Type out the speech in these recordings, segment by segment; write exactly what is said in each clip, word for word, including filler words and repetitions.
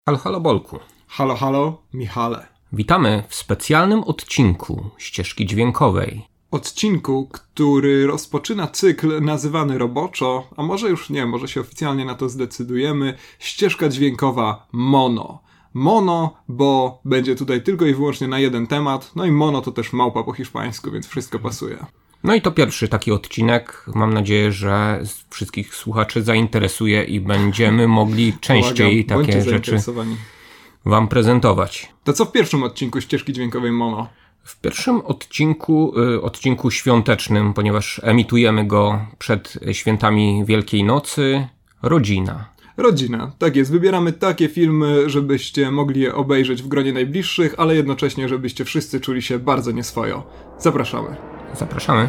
Halo, halo, Bolku. Halo, halo, Michale. Witamy w specjalnym odcinku ścieżki dźwiękowej. Odcinku, który rozpoczyna cykl nazywany roboczo, a może już nie, może się oficjalnie na to zdecydujemy, ścieżka dźwiękowa mono. Mono, bo będzie tutaj tylko i wyłącznie na jeden temat, no i mono to też małpa po hiszpańsku, więc wszystko pasuje. No i to pierwszy taki odcinek. Mam nadzieję, że wszystkich słuchaczy zainteresuje i będziemy mogli częściej Błagam, takie rzeczy wam prezentować. To co w pierwszym odcinku ścieżki dźwiękowej mono? W pierwszym odcinku, y, odcinku świątecznym, ponieważ emitujemy go przed świętami Wielkiej Nocy, rodzina. Rodzina. Tak jest. Wybieramy takie filmy, żebyście mogli je obejrzeć w gronie najbliższych, ale jednocześnie, żebyście wszyscy czuli się bardzo nieswojo. Zapraszamy. Zapraszamy.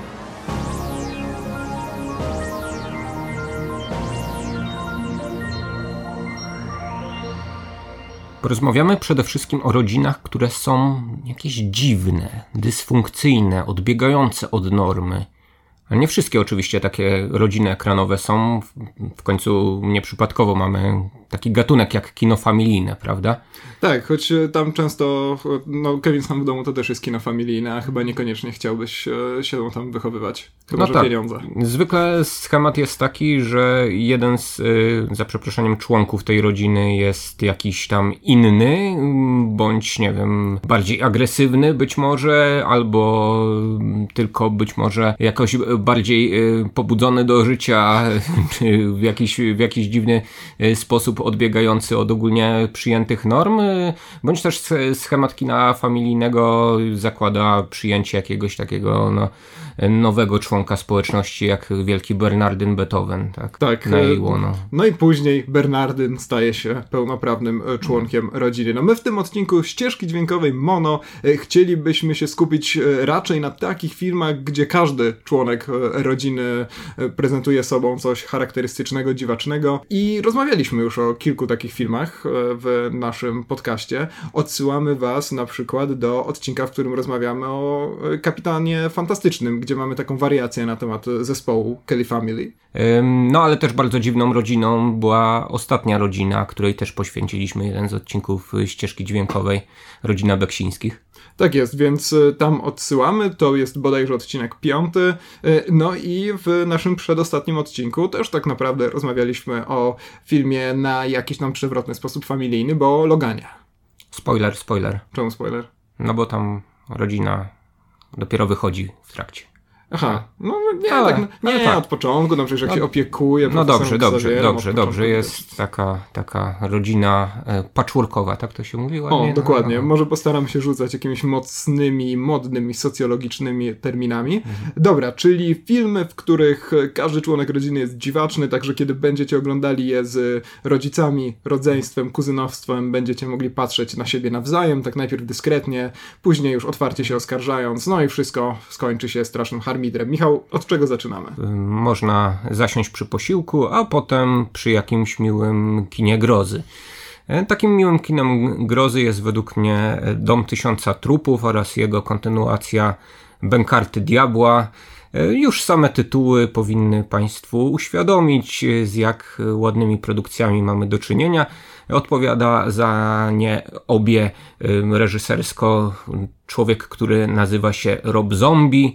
Porozmawiamy przede wszystkim o rodzinach, które są jakieś dziwne, dysfunkcyjne, odbiegające od normy. Ale nie wszystkie oczywiście takie rodziny ekranowe są. W końcu nieprzypadkowo mamy taki gatunek jak kino familijne, prawda? Tak, choć tam często, no Kevin sam w domu to też jest kino familijne, a chyba niekoniecznie chciałbyś się tam wychowywać. Chyba, no że tak. pieniądze. Zwykle schemat jest taki, że jeden z, za przeproszeniem, członków tej rodziny jest jakiś tam inny, bądź nie wiem, bardziej agresywny być może, albo tylko być może jakoś bardziej pobudzony do życia, czy w jakiś, w jakiś dziwny sposób odbiegający od ogólnie przyjętych norm, bądź też schemat kina familijnego zakłada przyjęcie jakiegoś takiego no, nowego członka społeczności, jak wielki Bernardyn Beethoven. Tak, tak na jej łono. No i później Bernardyn staje się pełnoprawnym członkiem rodziny. No my w tym odcinku ścieżki dźwiękowej mono chcielibyśmy się skupić raczej na takich filmach, gdzie każdy członek rodziny prezentuje sobą coś charakterystycznego, dziwacznego i rozmawialiśmy już o kilku takich filmach w naszym podcaście. Odsyłamy was na przykład do odcinka, w którym rozmawiamy o Kapitanie Fantastycznym, gdzie mamy taką wariację na temat zespołu Kelly Family. No ale też bardzo dziwną rodziną była ostatnia rodzina, której też poświęciliśmy jeden z odcinków ścieżki dźwiękowej, rodzina Beksińskich. Tak jest, więc tam odsyłamy, to jest bodajże odcinek piąty, no i w naszym przedostatnim odcinku też tak naprawdę rozmawialiśmy o filmie na jakiś tam przewrotny sposób familijny, bo o Loganie. Spoiler, spoiler. Czemu spoiler? No bo tam rodzina dopiero wychodzi w trakcie. Aha, no nie, ale, tak, no, nie tak. od początku, no przecież jak no, się opiekuje. No dobrze, dobrze, dobrze, dobrze, jest jest taka, taka rodzina e, patchworkowa, tak to się mówiło? O, nie? dokładnie, no. Może postaram się rzucać jakimiś mocnymi, modnymi, socjologicznymi terminami. Mhm. Dobra, czyli filmy, w których każdy członek rodziny jest dziwaczny, także kiedy będziecie oglądali je z rodzicami, rodzeństwem, kuzynostwem, będziecie mogli patrzeć na siebie nawzajem, tak najpierw dyskretnie, później już otwarcie się oskarżając, no i wszystko skończy się strasznym harmidrem. Michał, od czego zaczynamy? Można zasiąść przy posiłku, a potem przy jakimś miłym kinie grozy. Takim miłym kinem grozy jest według mnie Dom Tysiąca Trupów oraz jego kontynuacja Bękarty Diabła. Już same tytuły powinny Państwu uświadomić, z jak ładnymi produkcjami mamy do czynienia. Odpowiada za nie obie reżysersko człowiek, który nazywa się Rob Zombie,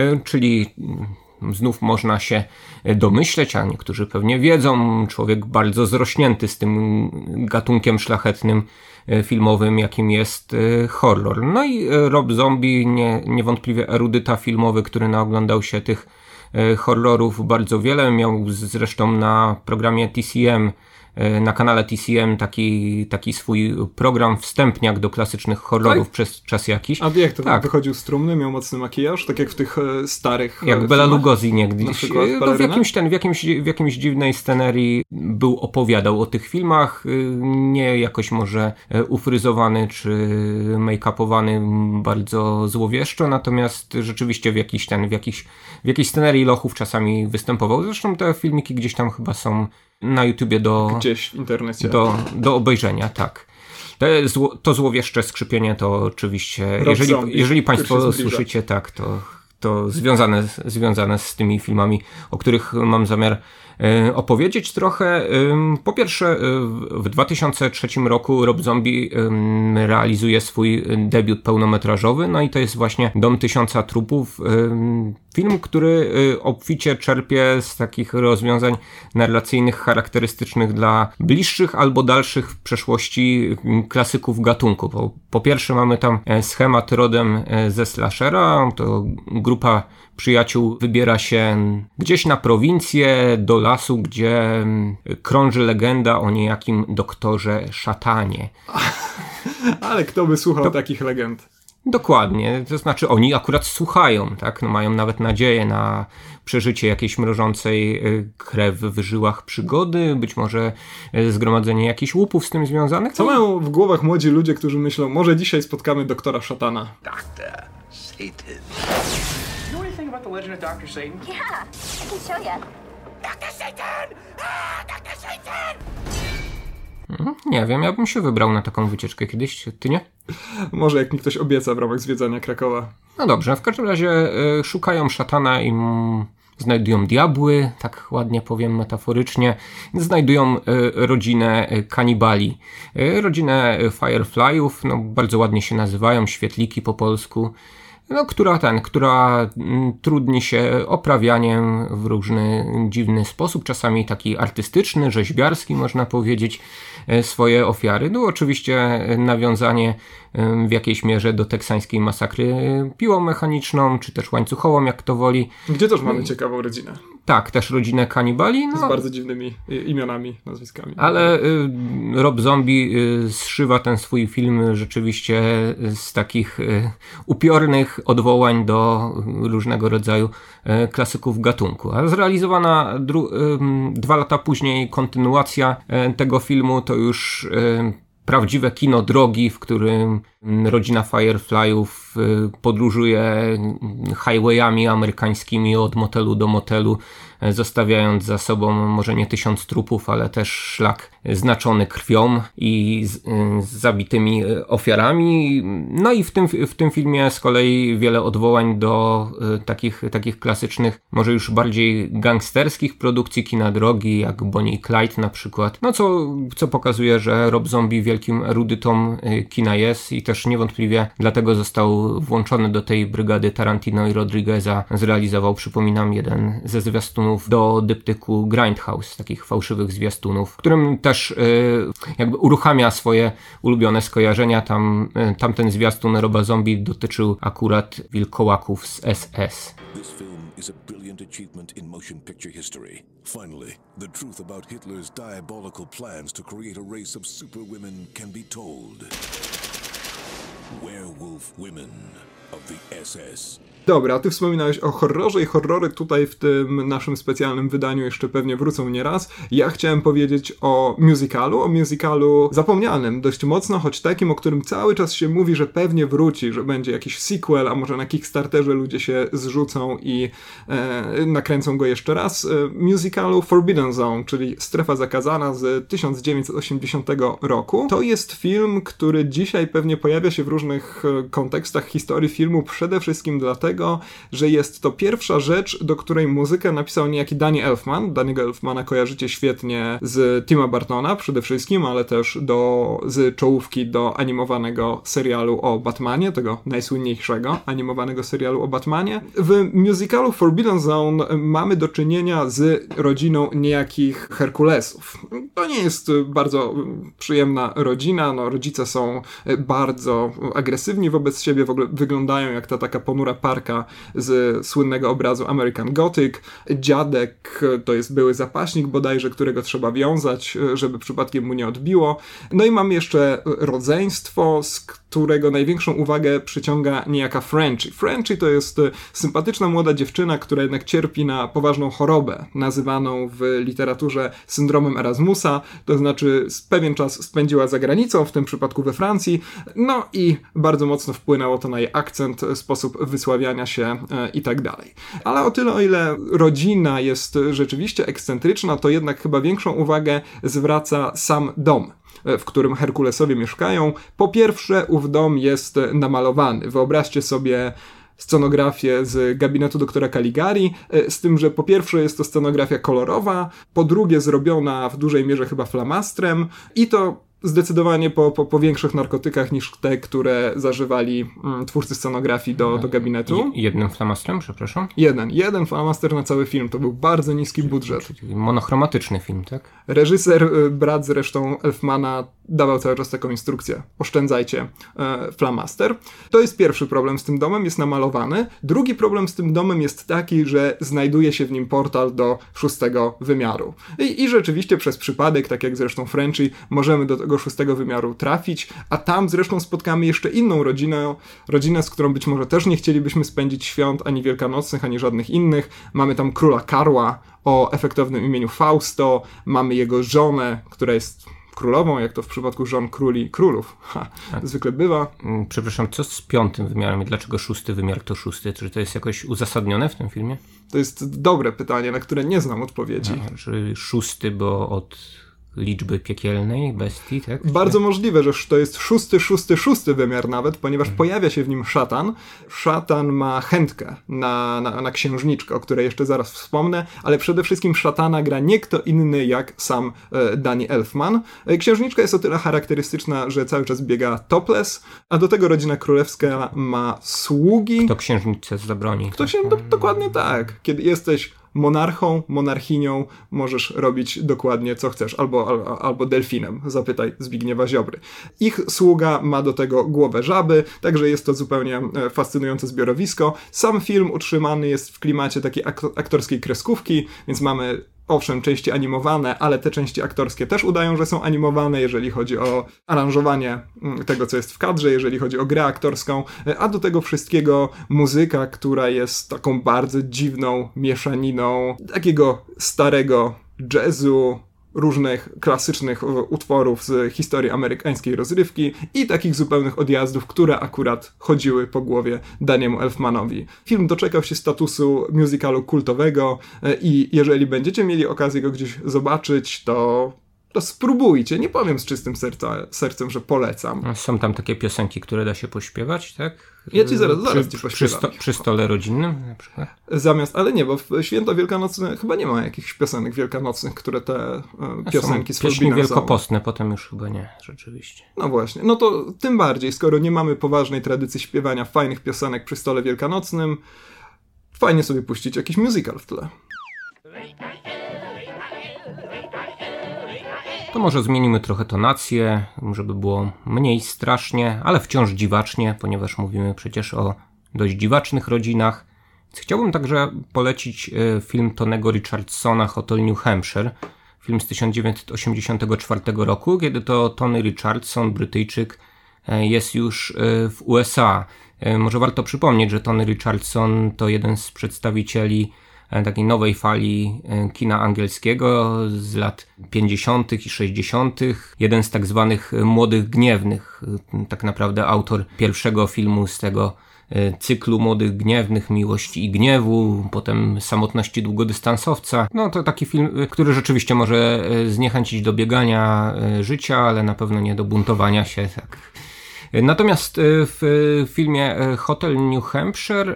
czyli znów można się domyśleć, a niektórzy pewnie wiedzą, człowiek bardzo zrośnięty z tym gatunkiem szlachetnym filmowym, jakim jest horror. No i Rob Zombie, nie, niewątpliwie erudyta filmowy, który naoglądał się tych horrorów bardzo wiele, miał zresztą na programie T C M, na kanale T C M taki, taki swój program, wstępniak do klasycznych horrorów tak? Przez czas jakiś. A jak to tak. Wychodził strumny, miał mocny makijaż, tak jak w tych e, starych Jak e, Bela filmach? Lugosi niegdyś. No, w, jakimś ten, w, jakimś, w jakimś dziwnej scenerii był, opowiadał o tych filmach, nie jakoś może ufryzowany czy make-upowany bardzo złowieszczo, natomiast rzeczywiście w jakiś ten, w jakiś, w jakiejś scenerii lochów czasami występował. Zresztą te filmiki gdzieś tam chyba są na YouTubie do, gdzieś w internecie. Do, do obejrzenia, tak. Te zło, to złowieszcze skrzypienie to oczywiście, jeżeli, jeżeli Państwo słyszycie, tak, to to związane, związane z tymi filmami, o których mam zamiar opowiedzieć trochę. Po pierwsze, w dwa tysiące trzecim roku Rob Zombie realizuje swój debiut pełnometrażowy, no i to jest właśnie Dom Tysiąca Trupów. Film, który obficie czerpie z takich rozwiązań narracyjnych charakterystycznych dla bliższych albo dalszych w przeszłości klasyków gatunku. Po, po pierwsze mamy tam schemat rodem ze slashera, to grupa przyjaciół wybiera się gdzieś na prowincję, do lasu, gdzie krąży legenda o niejakim doktorze szatanie. Ale kto by słuchał to... takich legend? Dokładnie, to znaczy oni akurat słuchają, tak? No mają nawet nadzieję na przeżycie jakiejś mrożącej krew w żyłach przygody, być może zgromadzenie jakichś łupów z tym związanych. Co mają w głowach młodzi ludzie, którzy myślą, może dzisiaj spotkamy doktora szatana? Doctor Satan. You know anything about the legend of Doctor Satan? Yeah, I can show you. Doctor Satan! Ah, Doctor Satan! Nie wiem, ja bym się wybrał na taką wycieczkę kiedyś, ty nie? Może jak mi ktoś obieca w ramach zwiedzania Krakowa. No dobrze, w każdym razie y, szukają szatana i mm, znajdują diabły, tak ładnie powiem metaforycznie. Znajdują y, rodzinę y, kanibali, y, rodzinę Fireflyów, no bardzo ładnie się nazywają, świetliki po polsku. No, która ten, która m, trudni się oprawianiem w różny dziwny sposób, czasami taki artystyczny, rzeźbiarski można powiedzieć, e, swoje ofiary. No oczywiście nawiązanie e, w jakiejś mierze do teksańskiej masakry piłą mechaniczną, czy też łańcuchową, jak to woli. Gdzie też mamy ciekawą rodzinę. Tak, też rodzinę kanibali. No, z bardzo dziwnymi imionami, nazwiskami. Ale y, Rob Zombie y, zszywa ten swój film rzeczywiście z takich y, upiornych odwołań do różnego rodzaju y, klasyków gatunku. A zrealizowana dru- y, dwa lata później kontynuacja y, tego filmu to już y, prawdziwe kino drogi, w którym rodzina Fireflyów podróżuje highwayami amerykańskimi od motelu do motelu, zostawiając za sobą może nie tysiąc trupów, ale też szlak znaczony krwią i z, z zabitymi ofiarami. No i w tym, w tym filmie z kolei wiele odwołań do takich, takich klasycznych, może już bardziej gangsterskich produkcji kina drogi, jak Bonnie i Clyde na przykład. No co, co pokazuje, że Rob Zombie wielkim erudytą kina jest i też niewątpliwie dlatego został włączony do tej brygady Tarantino i Rodrigueza. Zrealizował, przypominam, jeden ze zwiastunów do dyptyku Grindhouse, takich fałszywych zwiastunów, w którym też yy, jakby uruchamia swoje ulubione skojarzenia. Tam, yy, tamten zwiastun Roba Zombie dotyczył akurat wilkołaków z S S. This film is a brilliant achievement in motion picture history. Finally, the truth about Hitler's diabolical plans to create a race of superwomen can be told. Werewolf Women of the S S. Dobra, ty wspominałeś o horrorze i horrory tutaj w tym naszym specjalnym wydaniu jeszcze pewnie wrócą nieraz. Ja chciałem powiedzieć o musicalu, o musicalu zapomnianym dość mocno, choć takim, o którym cały czas się mówi, że pewnie wróci, że będzie jakiś sequel, a może na Kickstarterze ludzie się zrzucą i e, nakręcą go jeszcze raz. E, musicalu Forbidden Zone, czyli Strefa Zakazana z tysiąc dziewięćset osiemdziesiątego roku. To jest film, który dzisiaj pewnie pojawia się w różnych kontekstach historii filmu, przede wszystkim dlatego, że jest to pierwsza rzecz, do której muzykę napisał niejaki Danny Elfman. Danny'ego Elfmana kojarzycie świetnie z Tima Burtona przede wszystkim, ale też do, z czołówki do animowanego serialu o Batmanie, tego najsłynniejszego animowanego serialu o Batmanie. W musicalu Forbidden Zone mamy do czynienia z rodziną niejakich Herkulesów. To nie jest bardzo przyjemna rodzina, no rodzice są bardzo agresywni wobec siebie, w ogóle wyglądają jak ta taka ponura parka z słynnego obrazu American Gothic. Dziadek to jest były zapaśnik bodajże, którego trzeba wiązać, żeby przypadkiem mu nie odbiło. No i mamy jeszcze rodzeństwo, z którego największą uwagę przyciąga niejaka Frenchie. Frenchie to jest sympatyczna młoda dziewczyna, która jednak cierpi na poważną chorobę, nazywaną w literaturze syndromem Erasmusa, to znaczy pewien czas spędziła za granicą, w tym przypadku we Francji, no i bardzo mocno wpłynęło to na jej akcent, sposób wysławiania się e, i tak dalej. Ale o tyle, o ile rodzina jest rzeczywiście ekscentryczna, to jednak chyba większą uwagę zwraca sam dom, w którym Herkulesowie mieszkają. Po pierwsze, ów dom jest namalowany. Wyobraźcie sobie scenografię z gabinetu doktora Caligari, z tym, że po pierwsze jest to scenografia kolorowa, po drugie zrobiona w dużej mierze chyba flamastrem i to zdecydowanie po, po, po większych narkotykach niż te, które zażywali mm, twórcy scenografii do, do gabinetu. I jednym flamastrem, przepraszam? Jeden. Jeden flamaster na cały film. To był bardzo niski budżet. Czyli monochromatyczny film, tak? Reżyser, brat zresztą Elfmana, dawał cały czas taką instrukcję. Oszczędzajcie e, flamaster. To jest pierwszy problem z tym domem, jest namalowany. Drugi problem z tym domem jest taki, że znajduje się w nim portal do szóstego wymiaru. I, i rzeczywiście przez przypadek, tak jak zresztą Frenchy, możemy do tego szóstego wymiaru trafić, a tam zresztą spotkamy jeszcze inną rodzinę, rodzinę, z którą być może też nie chcielibyśmy spędzić świąt ani wielkanocnych, ani żadnych innych. Mamy tam króla Karła o efektownym imieniu Fausto, mamy jego żonę, która jest królową, jak to w przypadku żon króli królów. Ha, zwykle bywa. Przepraszam, co z piątym wymiarem i dlaczego szósty wymiar to szósty? Czy to jest jakoś uzasadnione w tym filmie? To jest dobre pytanie, na które nie znam odpowiedzi. No, czy szósty, bo od liczby piekielnej, bestii, tak? Bardzo możliwe, że to jest szósty, szósty, szósty wymiar nawet, ponieważ hmm. pojawia się w nim szatan. Szatan ma chętkę na, na, na księżniczkę, o której jeszcze zaraz wspomnę, ale przede wszystkim szatana gra nie kto inny jak sam e, Danny Elfman. E, księżniczka jest o tyle charakterystyczna, że cały czas biega topless, a do tego rodzina królewska ma sługi. Kto księżniczce zabroni. Kto się, do, dokładnie tak. Kiedy jesteś monarchą, monarchinią, możesz robić dokładnie co chcesz, albo, albo, albo delfinem, zapytaj Zbigniewa Ziobry. Ich sługa ma do tego głowę żaby, także jest to zupełnie fascynujące zbiorowisko. Sam film utrzymany jest w klimacie takiej ak- aktorskiej kreskówki, więc mamy owszem, części animowane, ale te części aktorskie też udają, że są animowane, jeżeli chodzi o aranżowanie tego, co jest w kadrze, jeżeli chodzi o grę aktorską, a do tego wszystkiego muzyka, która jest taką bardzo dziwną mieszaniną takiego starego jazzu, różnych klasycznych utworów z historii amerykańskiej rozrywki i takich zupełnych odjazdów, które akurat chodziły po głowie Daniemu Elfmanowi. Film doczekał się statusu musicalu kultowego i jeżeli będziecie mieli okazję go gdzieś zobaczyć, to to spróbujcie. Nie powiem z czystym serca, sercem, że polecam. Są tam takie piosenki, które da się pośpiewać, tak? Ja ci zaraz, zaraz przy, ci pośpiewam. Przy, sto, przy stole rodzinnym na przykład? Zamiast, ale nie, bo w święto wielkanocne chyba nie ma jakichś piosenek wielkanocnych, które te e, piosenki z pieśni wielkopostne, potem już chyba nie, rzeczywiście. No właśnie, no to tym bardziej, skoro nie mamy poważnej tradycji śpiewania fajnych piosenek przy stole wielkanocnym, fajnie sobie puścić jakiś musical w tle. To może zmienimy trochę tonację, żeby było mniej strasznie, ale wciąż dziwacznie, ponieważ mówimy przecież o dość dziwacznych rodzinach. Chciałbym także polecić film Tonego Richardsona Hotel New Hampshire, film z tysiąc dziewięćset osiemdziesiątego czwartego roku, kiedy to Tony Richardson, Brytyjczyk, jest już w U S A. Może warto przypomnieć, że Tony Richardson to jeden z przedstawicieli takiej nowej fali kina angielskiego z lat pięćdziesiątych i sześćdziesiątych. Jeden z tak zwanych młodych gniewnych, tak naprawdę autor pierwszego filmu z tego cyklu Młodych Gniewnych, Miłości i Gniewu, potem Samotności Długodystansowca. No to taki film, który rzeczywiście może zniechęcić do biegania życia, ale na pewno nie do buntowania się, tak. Natomiast w filmie Hotel New Hampshire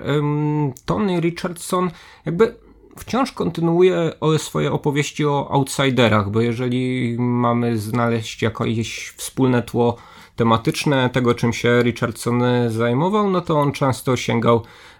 Tony Richardson jakby wciąż kontynuuje swoje opowieści o outsiderach, bo jeżeli mamy znaleźć jakieś wspólne tło tematyczne tego, czym się Richardson zajmował, no to on często sięgał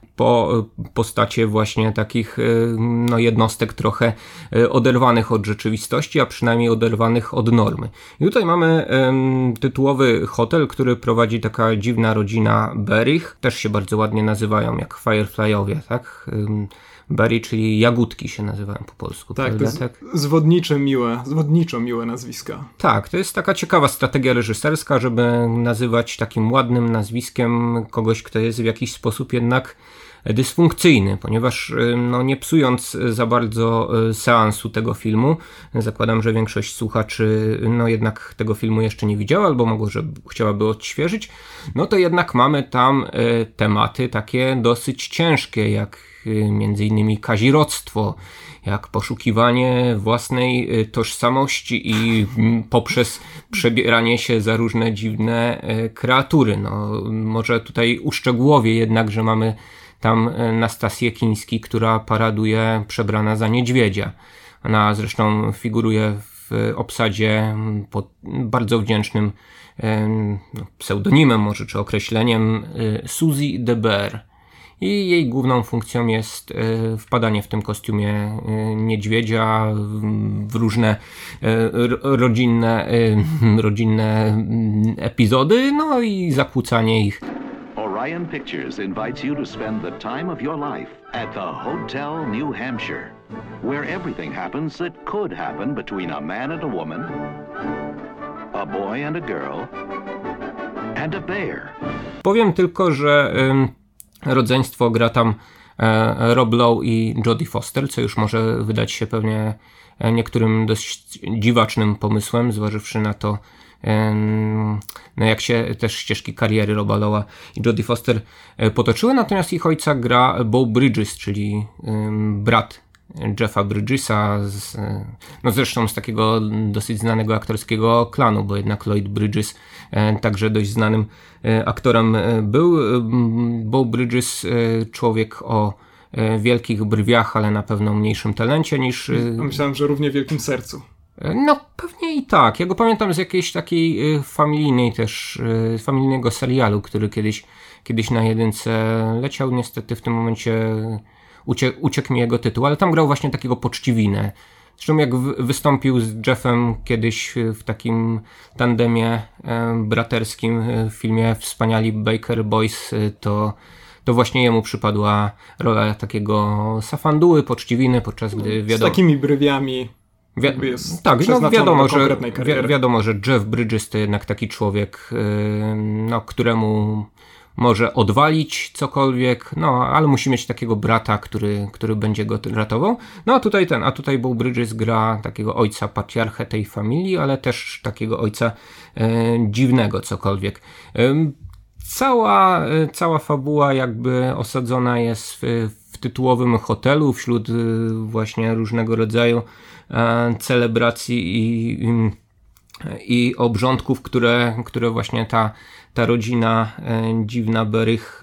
po postacie właśnie takich no, jednostek trochę oderwanych od rzeczywistości, a przynajmniej oderwanych od normy. I tutaj mamy um, tytułowy hotel, który prowadzi taka dziwna rodzina Berrych. Też się bardzo ładnie nazywają, jak Fireflyowie, tak? Um, Berry, czyli jagódki się nazywają po polsku. Tak, to jest tak? zwodnicze miłe, zwodniczo miłe nazwiska. Tak, to jest taka ciekawa strategia reżyserska, żeby nazywać takim ładnym nazwiskiem kogoś, kto jest w jakiś sposób jednak dysfunkcyjny, ponieważ no, nie psując za bardzo seansu tego filmu, zakładam, że większość słuchaczy no jednak tego filmu jeszcze nie widziała, albo może chciałaby odświeżyć, no to jednak mamy tam tematy takie dosyć ciężkie, jak między innymi kazirodztwo, jak poszukiwanie własnej tożsamości i poprzez przebieranie się za różne dziwne kreatury. No, może tutaj uszczegółowię jednak, że mamy tam Nastasię Kiński, która paraduje przebrana za niedźwiedzia. Ona zresztą figuruje w obsadzie pod bardzo wdzięcznym pseudonimem może, czy określeniem Suzy de Beer. I jej główną funkcją jest wpadanie w tym kostiumie niedźwiedzia w różne rodzinne, rodzinne epizody, no i zakłócanie ich. Orion Pictures invites you to spend the time of your life at the Hotel New Hampshire, where everything happens that could happen between a man and a woman, a boy and a girl, and a bear. Powiem tylko, że rodzeństwo gra tam Rob Lowe i Jodie Foster, co już może wydać się pewnie niektórym dość dziwacznym pomysłem, zważywszy na to, no jak się też ścieżki kariery Roba Lowe'a i Jodie Foster potoczyły. Natomiast ich ojca gra Beau Bridges, czyli brat Jeffa Bridgesa, z, no zresztą z takiego dosyć znanego aktorskiego klanu, bo jednak Lloyd Bridges także dość znanym aktorem był. Beau Bridges, człowiek o wielkich brwiach, ale na pewno mniejszym talencie niż... Myślałem, że równie wielkim sercu. No pewnie i tak. Ja go pamiętam z jakiejś takiej familijnej też, familijnego serialu, który kiedyś, kiedyś na jedynce leciał. Niestety w tym momencie uciek, uciekł mi jego tytuł, ale tam grał właśnie takiego poczciwinę. Zresztą jak wystąpił z Jeffem kiedyś w takim tandemie braterskim w filmie Wspaniali Baker Boys, to, to właśnie jemu przypadła rola takiego safanduły, poczciwiny, podczas gdy wiadomo... Z takimi brwiami... Wi- jest tak, no wiadomo, że, wi- wiadomo, że Jeff Bridges to jednak taki człowiek, yy, no, któremu może odwalić cokolwiek, no ale musi mieć takiego brata, który, który będzie go ratował. No a tutaj ten, a tutaj Beau Bridges gra takiego ojca patriarchę tej familii, ale też takiego ojca yy, dziwnego cokolwiek. Yy, cała, yy, cała fabuła jakby osadzona jest w, w tytułowym hotelu, wśród yy, właśnie różnego rodzaju celebracji i, i, i obrządków, które, które właśnie ta, ta rodzina e, dziwna Berych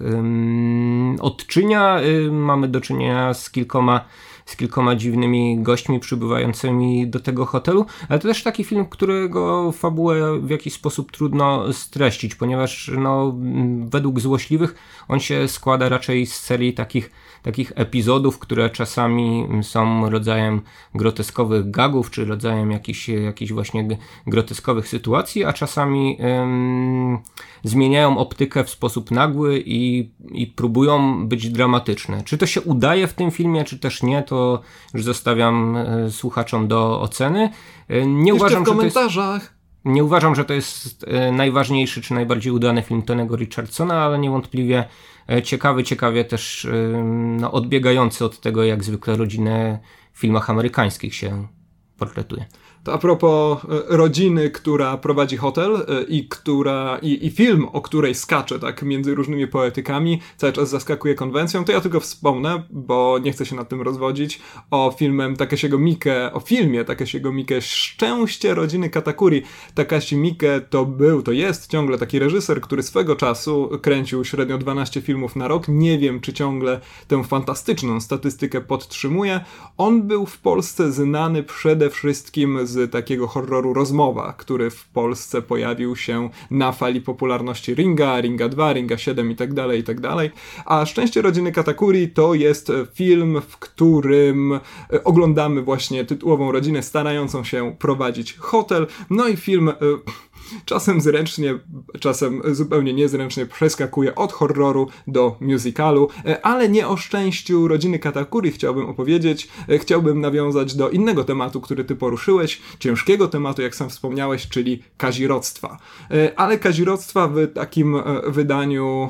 e, odczynia. E, mamy do czynienia z kilkoma, z kilkoma dziwnymi gośćmi przybywającymi do tego hotelu, ale to też taki film, którego fabułę w jakiś sposób trudno streścić, ponieważ no, według złośliwych on się składa raczej z serii takich takich epizodów, które czasami są rodzajem groteskowych gagów, czy rodzajem jakichś, jakichś właśnie groteskowych sytuacji, a czasami ym, zmieniają optykę w sposób nagły i, i próbują być dramatyczne. Czy to się udaje w tym filmie, czy też nie, to już zostawiam y, słuchaczom do oceny. Y, nie Jeszcze uważam, w komentarzach. Że to jest... Nie uważam, że to jest najważniejszy czy najbardziej udany film Tonego Richardsona, ale niewątpliwie ciekawy, ciekawie też no, odbiegający od tego, jak zwykle rodzinę w filmach amerykańskich się portretuje. To a propos rodziny, która prowadzi hotel i która i, i film, o której skacze tak między różnymi poetykami, cały czas zaskakuje konwencją, to ja tylko wspomnę, bo nie chcę się nad tym rozwodzić, o filmem Takeshiego Miike, o filmie Takeshiego Miike Szczęście rodziny Katakuri. Takashi Miike to był, to jest ciągle taki reżyser, który swego czasu kręcił średnio dwanaście filmów na rok. Nie wiem, czy ciągle tę fantastyczną statystykę podtrzymuje. On był w Polsce znany przede wszystkim z takiego horroru Rozmowa, który w Polsce pojawił się na fali popularności Ringa, Ringa dwa, Ringa siedem i tak dalej, i tak dalej. A Szczęście rodziny Katakuri to jest film, w którym oglądamy właśnie tytułową rodzinę starającą się prowadzić hotel. No i film czasem zręcznie, czasem zupełnie niezręcznie przeskakuje od horroru do musicalu, ale nie o Szczęściu rodziny Katakuri chciałbym opowiedzieć. Chciałbym nawiązać do innego tematu, który ty poruszyłeś, ciężkiego tematu, jak sam wspomniałeś, czyli kazirodztwa. Ale kazirodztwa w takim wydaniu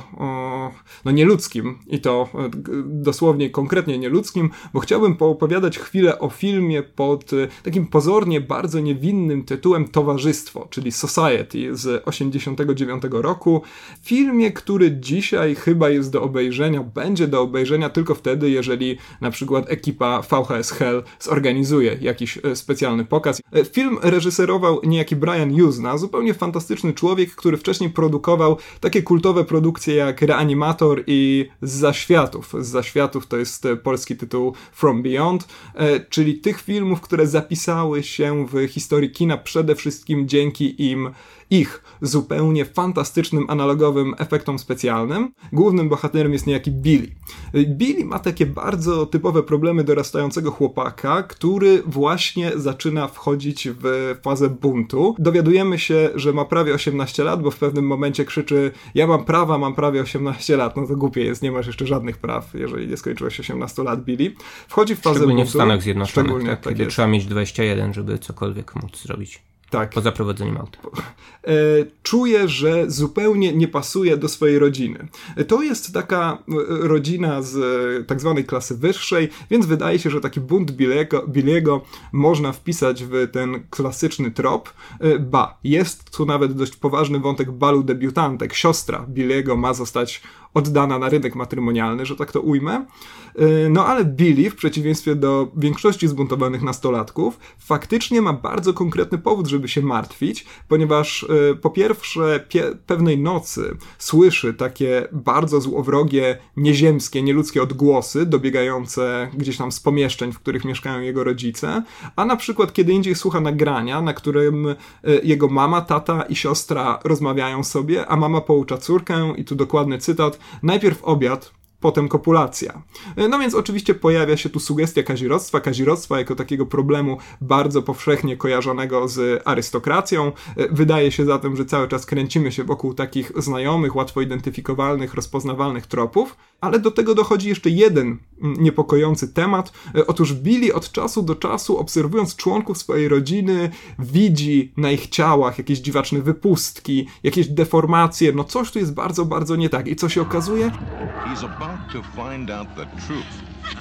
no nieludzkim i to dosłownie, konkretnie nieludzkim, bo chciałbym poopowiadać chwilę o filmie pod takim pozornie bardzo niewinnym tytułem Towarzystwo, czyli Society z osiemdziesiątego dziewiątego roku. Filmie, który dzisiaj chyba jest do obejrzenia, będzie do obejrzenia tylko wtedy, jeżeli na przykład ekipa V H S Hell zorganizuje jakiś specjalny pokaz. Film reżyserował niejaki Brian Yuzna, zupełnie fantastyczny człowiek, który wcześniej produkował takie kultowe produkcje jak Reanimator i Zza światów. Zza światów to jest polski tytuł From Beyond, czyli tych filmów, które zapisały się w historii kina przede wszystkim dzięki im ich zupełnie fantastycznym analogowym efektom specjalnym. Głównym bohaterem jest niejaki Billy. Billy ma takie bardzo typowe problemy dorastającego chłopaka, który właśnie zaczyna wchodzić w fazę buntu. Dowiadujemy się, że ma prawie osiemnaście lat, bo w pewnym momencie krzyczy: ja mam prawa, mam prawie osiemnaście lat. No to głupie jest, nie masz jeszcze żadnych praw, jeżeli nie skończyłeś osiemnaście lat, Billy. Wchodzi w fazę Szczególnie buntu. w Stanach Zjednoczonych, Szczególnie, tak, tak kiedy jest. trzeba mieć dwadzieścia jeden, żeby cokolwiek móc zrobić. Tak. Poza prowadzeniem auta. E, czuje, że zupełnie nie pasuje do swojej rodziny. To jest taka rodzina z tak zwanej klasy wyższej, więc wydaje się, że taki bunt Billy'ego, Billy'ego można wpisać w ten klasyczny trop. E, ba, jest tu nawet dość poważny wątek balu debiutantek. Siostra Billy'ego ma zostać oddana na rynek matrymonialny, że tak to ujmę. No ale Billy, w przeciwieństwie do większości zbuntowanych nastolatków, faktycznie ma bardzo konkretny powód, żeby się martwić, ponieważ po pierwsze pie- pewnej nocy słyszy takie bardzo złowrogie, nieziemskie, nieludzkie odgłosy dobiegające gdzieś tam z pomieszczeń, w których mieszkają jego rodzice, a na przykład kiedy indziej słucha nagrania, na którym jego mama, tata i siostra rozmawiają sobie, a mama poucza córkę i tu dokładny cytat: najpierw obiad, potem kopulacja. No więc oczywiście pojawia się tu sugestia kazirodztwa, kazirodztwa jako takiego problemu bardzo powszechnie kojarzonego z arystokracją. Wydaje się zatem, że cały czas kręcimy się wokół takich znajomych, łatwo identyfikowalnych, rozpoznawalnych tropów, ale do tego dochodzi jeszcze jeden niepokojący temat. Otóż Billy od czasu do czasu, obserwując członków swojej rodziny, widzi na ich ciałach jakieś dziwaczne wypustki, jakieś deformacje, no coś tu jest bardzo, bardzo nie tak. I co się okazuje? He's about to find out the truth.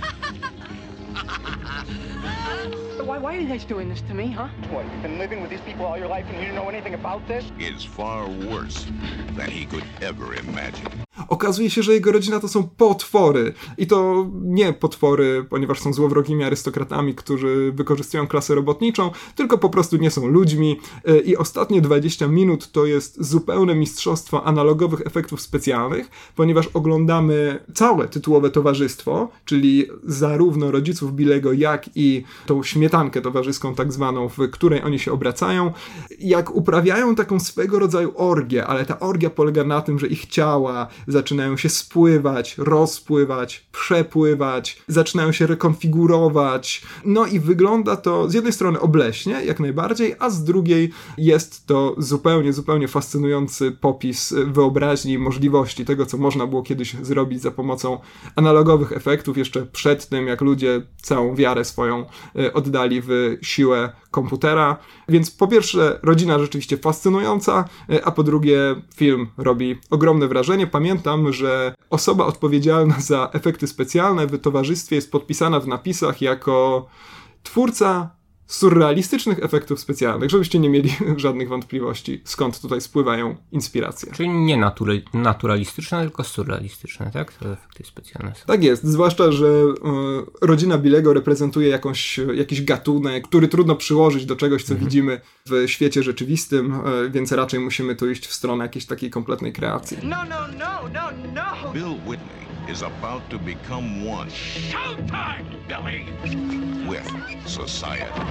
Why, why are you guys doing this to me, huh? What, you've been living with these people all your life and you didn't know anything about this? It's far worse than he could ever imagine. Okazuje się, że jego rodzina to są potwory. I to nie potwory, ponieważ są złowrogimi arystokratami, którzy wykorzystują klasę robotniczą, tylko po prostu nie są ludźmi. I ostatnie dwadzieścia minut to jest zupełne mistrzostwo analogowych efektów specjalnych, ponieważ oglądamy całe tytułowe towarzystwo, czyli zarówno rodziców Billy'ego, jak i tą śmietankę towarzyską tak zwaną, w której oni się obracają, jak uprawiają taką swego rodzaju orgię, ale ta orgia polega na tym, że ich ciała zaczynają się spływać, rozpływać, przepływać, zaczynają się rekonfigurować. No i wygląda to z jednej strony obleśnie, jak najbardziej, a z drugiej jest to zupełnie, zupełnie fascynujący popis wyobraźni i możliwości tego, co można było kiedyś zrobić za pomocą analogowych efektów, jeszcze przed tym, jak ludzie całą wiarę swoją oddali w siłę komputera. Więc po pierwsze, rodzina rzeczywiście fascynująca, a po drugie, film robi ogromne wrażenie. Pamiętam, że osoba odpowiedzialna za efekty specjalne w towarzystwie jest podpisana w napisach jako twórca surrealistycznych efektów specjalnych, żebyście nie mieli żadnych wątpliwości, skąd tutaj spływają inspiracje. Czyli nie natura- naturalistyczne, tylko surrealistyczne, tak? To efekty specjalne są. Tak jest, zwłaszcza, że y, rodzina Billy'ego reprezentuje jakąś, jakiś gatunek, który trudno przyłożyć do czegoś, co mhm. widzimy w świecie rzeczywistym, y, więc raczej musimy tu iść w stronę jakiejś takiej kompletnej kreacji. No, no, no, no, no! Bill Whitney is about to become one. Showtime, Billy! With society.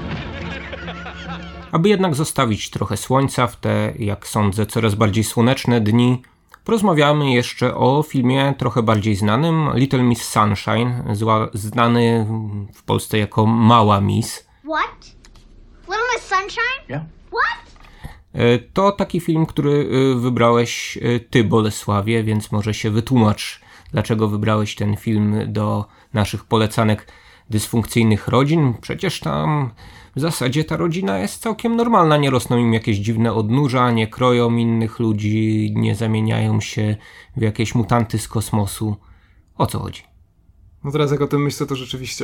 Aby jednak zostawić trochę słońca w te, jak sądzę, coraz bardziej słoneczne dni, porozmawiamy jeszcze o filmie trochę bardziej znanym, Little Miss Sunshine, zła, znany w Polsce jako Mała Miss. What? Little Miss Sunshine? Yeah. What? To taki film, który wybrałeś ty, Bolesławie, więc może się wytłumacz, dlaczego wybrałeś ten film do naszych polecanek dysfunkcyjnych rodzin. Przecież tam w zasadzie ta rodzina jest całkiem normalna, nie rosną im jakieś dziwne odnóża, nie kroją innych ludzi, nie zamieniają się w jakieś mutanty z kosmosu. O co chodzi? No teraz jak o tym myślę, to rzeczywiście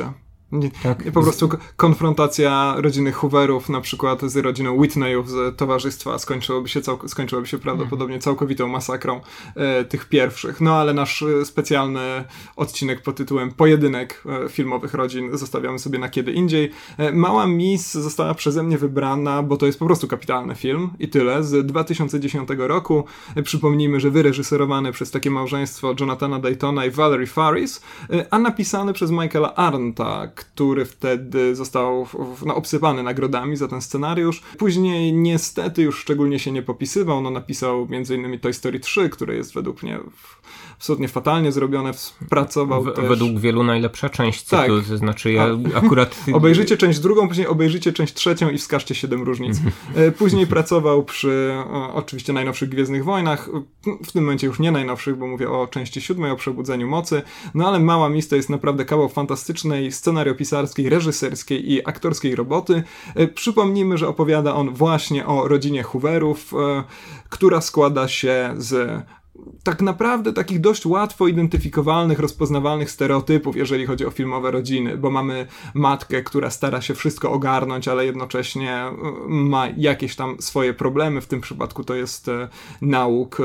Nie, Tak. nie, po prostu k- konfrontacja rodziny Hooverów na przykład z rodziną Whitneyów z towarzystwa skończyłoby się, całk- skończyłoby się prawdopodobnie całkowitą masakrą e, tych pierwszych. No ale nasz e, specjalny odcinek pod tytułem Pojedynek e, filmowych rodzin zostawiamy sobie na kiedy indziej. E, Mała Miss została przeze mnie wybrana, bo to jest po prostu kapitalny film i tyle, z dwa tysiące dziesiątego roku. E, przypomnijmy, że wyreżyserowany przez takie małżeństwo Jonathana Daytona i Valerie Faris, e, a napisany przez Michaela Arndta, który wtedy został w, w, no, obsypany nagrodami za ten scenariusz. Później niestety już szczególnie się nie popisywał. No, napisał między innymi Toy Story trzy, które jest według mnie w, absolutnie fatalnie zrobione. Pracował w, też... Według wielu najlepsza część cyklu, tak. to znaczy ja A, akurat... Obejrzyjcie część drugą, później obejrzyjcie część trzecią i wskażcie siedem różnic. Później pracował przy o, oczywiście najnowszych Gwiezdnych Wojnach, w tym momencie już nie najnowszych, bo mówię o części siódmej, o Przebudzeniu Mocy, no ale Mała Miss to jest naprawdę kawał fantastycznej scenariopisarskiej, reżyserskiej i aktorskiej roboty. Przypomnijmy, że opowiada on właśnie o rodzinie Hooverów, która składa się z tak naprawdę takich dość łatwo identyfikowalnych, rozpoznawalnych stereotypów, jeżeli chodzi o filmowe rodziny, bo mamy matkę, która stara się wszystko ogarnąć, ale jednocześnie ma jakieś tam swoje problemy. W tym przypadku to jest nauk.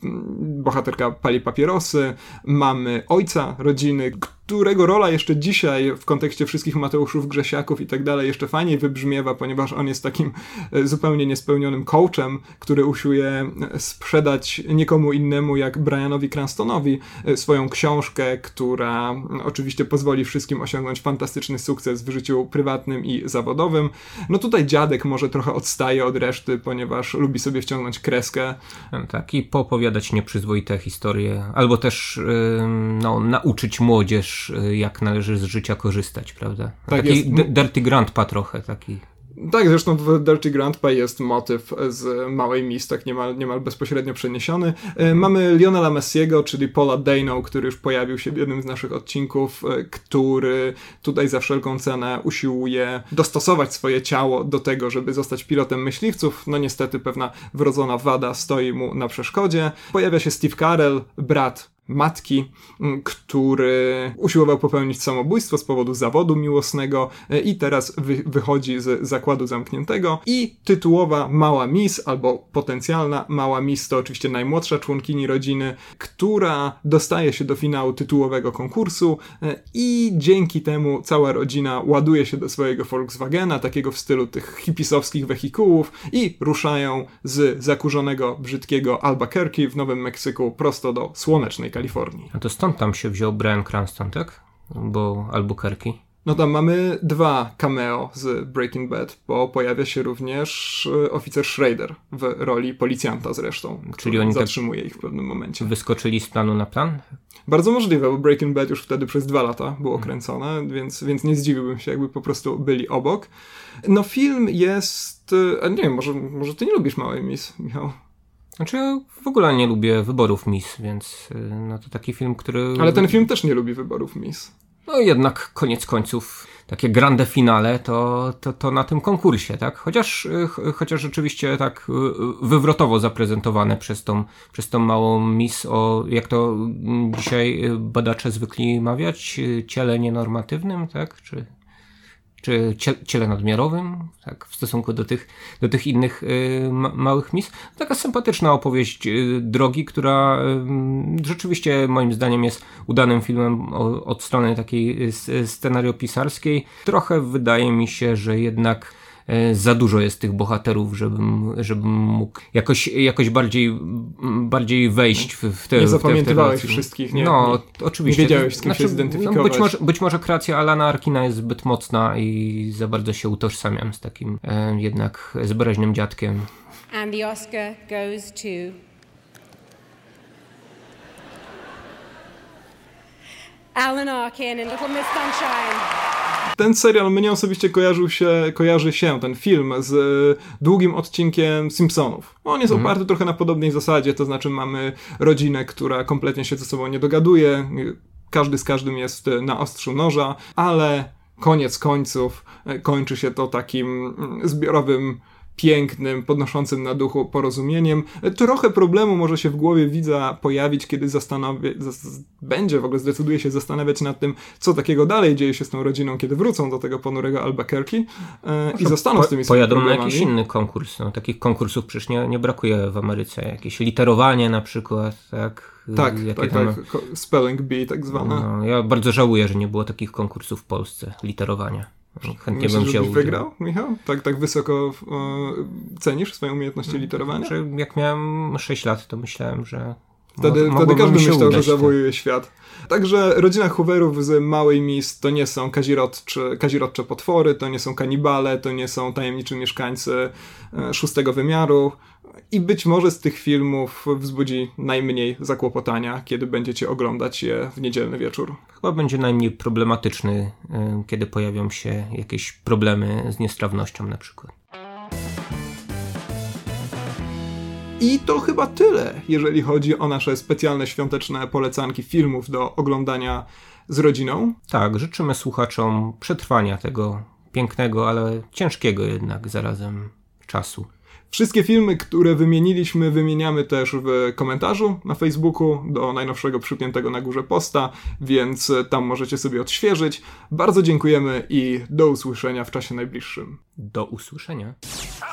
Bohaterka pali papierosy. Mamy ojca rodziny, którego rola jeszcze dzisiaj w kontekście wszystkich Mateuszów, Grzesiaków i tak dalej jeszcze fajniej wybrzmiewa, ponieważ on jest takim zupełnie niespełnionym coachem, który usiłuje sprzedać nikomu innemu jak Brianowi Cranstonowi swoją książkę, która oczywiście pozwoli wszystkim osiągnąć fantastyczny sukces w życiu prywatnym i zawodowym. No tutaj dziadek może trochę odstaje od reszty, ponieważ lubi sobie wciągnąć kreskę. Tak, i poopowiadać nieprzyzwoite historie, albo też yy, no, nauczyć młodzież, jak należy z życia korzystać, prawda? Tak taki jest. D- Dirty Grandpa trochę, taki... Tak, zresztą w Dirty Grandpa jest motyw z Małej Miss, tak niemal, niemal bezpośrednio przeniesiony. E, mamy Lionela Messiego, czyli Paula Dano, który już pojawił się w jednym z naszych odcinków, e, który tutaj za wszelką cenę usiłuje dostosować swoje ciało do tego, żeby zostać pilotem myśliwców. No niestety pewna wrodzona wada stoi mu na przeszkodzie. Pojawia się Steve Carell, brat matki, który usiłował popełnić samobójstwo z powodu zawodu miłosnego i teraz wy- wychodzi z zakładu zamkniętego. I tytułowa Mała Miss, albo potencjalna Mała Miss, to oczywiście najmłodsza członkini rodziny, która dostaje się do finału tytułowego konkursu i dzięki temu cała rodzina ładuje się do swojego Volkswagena, takiego w stylu tych hipisowskich wehikułów, i ruszają z zakurzonego, brzydkiego Albuquerque w Nowym Meksyku prosto do słonecznej Kalifornii. A to stąd tam się wziął Bryan Cranston, tak? Bo Albuquerque. No tam mamy dwa cameo z Breaking Bad, bo pojawia się również oficer Schrader w roli policjanta zresztą, który oni zatrzymuje ich w pewnym momencie. Wyskoczyli z planu na plan? Bardzo możliwe, bo Breaking Bad już wtedy przez dwa lata było kręcone, więc, więc nie zdziwiłbym się, jakby po prostu byli obok. No film jest... A nie wiem, może, może ty nie lubisz Małej Miss, Michał? Znaczy ja w ogóle nie lubię wyborów Miss, więc no to taki film, który... Ale ten film też nie lubi wyborów Miss. No jednak koniec końców takie grande finale to, to, to na tym konkursie, tak? Chociaż, chociaż rzeczywiście tak wywrotowo zaprezentowane przez tą, przez tą Małą Miss o, jak to dzisiaj badacze zwykli mawiać, ciele nienormatywnym, tak? Czy... czy ciele nadmiarowym, tak, w stosunku do tych, do tych innych y, ma, małych Miss. Taka sympatyczna opowieść y, drogi, która y, rzeczywiście moim zdaniem jest udanym filmem o, od strony takiej y, scenariopisarskiej. Trochę wydaje mi się, że jednak y, za dużo jest tych bohaterów, żebym, żebym mógł jakoś, jakoś bardziej, bardziej wejść w, w te... Nie w te, zapamiętywałeś w te wszystkich, nie? No, nie, oczywiście. Nie wiedziałeś, z kim znaczy, się zidentyfikować. No być, może, być może kreacja Alana Arkina jest zbyt mocna i za bardzo się utożsamiam z takim e, jednak zbraźnym dziadkiem. And the Oscar goes to Alan Arkin in Little Miss Sunshine. Ten serial mnie osobiście kojarzył się, kojarzy się, ten film, z długim odcinkiem Simpsonów. On jest mhm. oparty trochę na podobnej zasadzie, to znaczy mamy rodzinę, która kompletnie się ze sobą nie dogaduje, każdy z każdym jest na ostrzu noża, ale koniec końców kończy się to takim zbiorowym pięknym, podnoszącym na duchu porozumieniem. Trochę problemu może się w głowie widza pojawić, kiedy zastanowi- z- będzie w ogóle zdecyduje się zastanawiać nad tym, co takiego dalej dzieje się z tą rodziną, kiedy wrócą do tego ponurego Albuquerque e, i zostaną po, z tymi swoimi pojadą problemami. na jakiś inny konkurs. No, takich konkursów przecież nie, nie brakuje w Ameryce. Jakieś literowanie na przykład, tak? Tak, Jakie tak, tam... tak. Spelling bee tak zwane. No, ja bardzo żałuję, że nie było takich konkursów w Polsce, literowania. Chętnie Myślisz, bym że chciał byś wygrał, Michał? Tak, tak wysoko e, cenisz swoje umiejętności literowania? Znaczy, jak miałem sześć lat, to myślałem, że Wtedy, mo- wtedy każdy mi się myślał, udać, że tak. zawojuje świat. Także rodzina Hooverów z Małej Miss to nie są kazirodcze, kazirodcze potwory, to nie są kanibale, to nie są tajemniczy mieszkańcy e, szóstego wymiaru. I być może z tych filmów wzbudzi najmniej zakłopotania, kiedy będziecie oglądać je w niedzielny wieczór. Chyba będzie najmniej problematyczny, y, kiedy pojawią się jakieś problemy z niestrawnością na przykład. I to chyba tyle, jeżeli chodzi o nasze specjalne świąteczne polecanki filmów do oglądania z rodziną. Tak, życzymy słuchaczom przetrwania tego pięknego, ale ciężkiego jednak zarazem czasu. Wszystkie filmy, które wymieniliśmy, wymieniamy też w komentarzu na Facebooku do najnowszego przypiętego na górze posta, więc tam możecie sobie odświeżyć. Bardzo dziękujemy i do usłyszenia w czasie najbliższym. Do usłyszenia.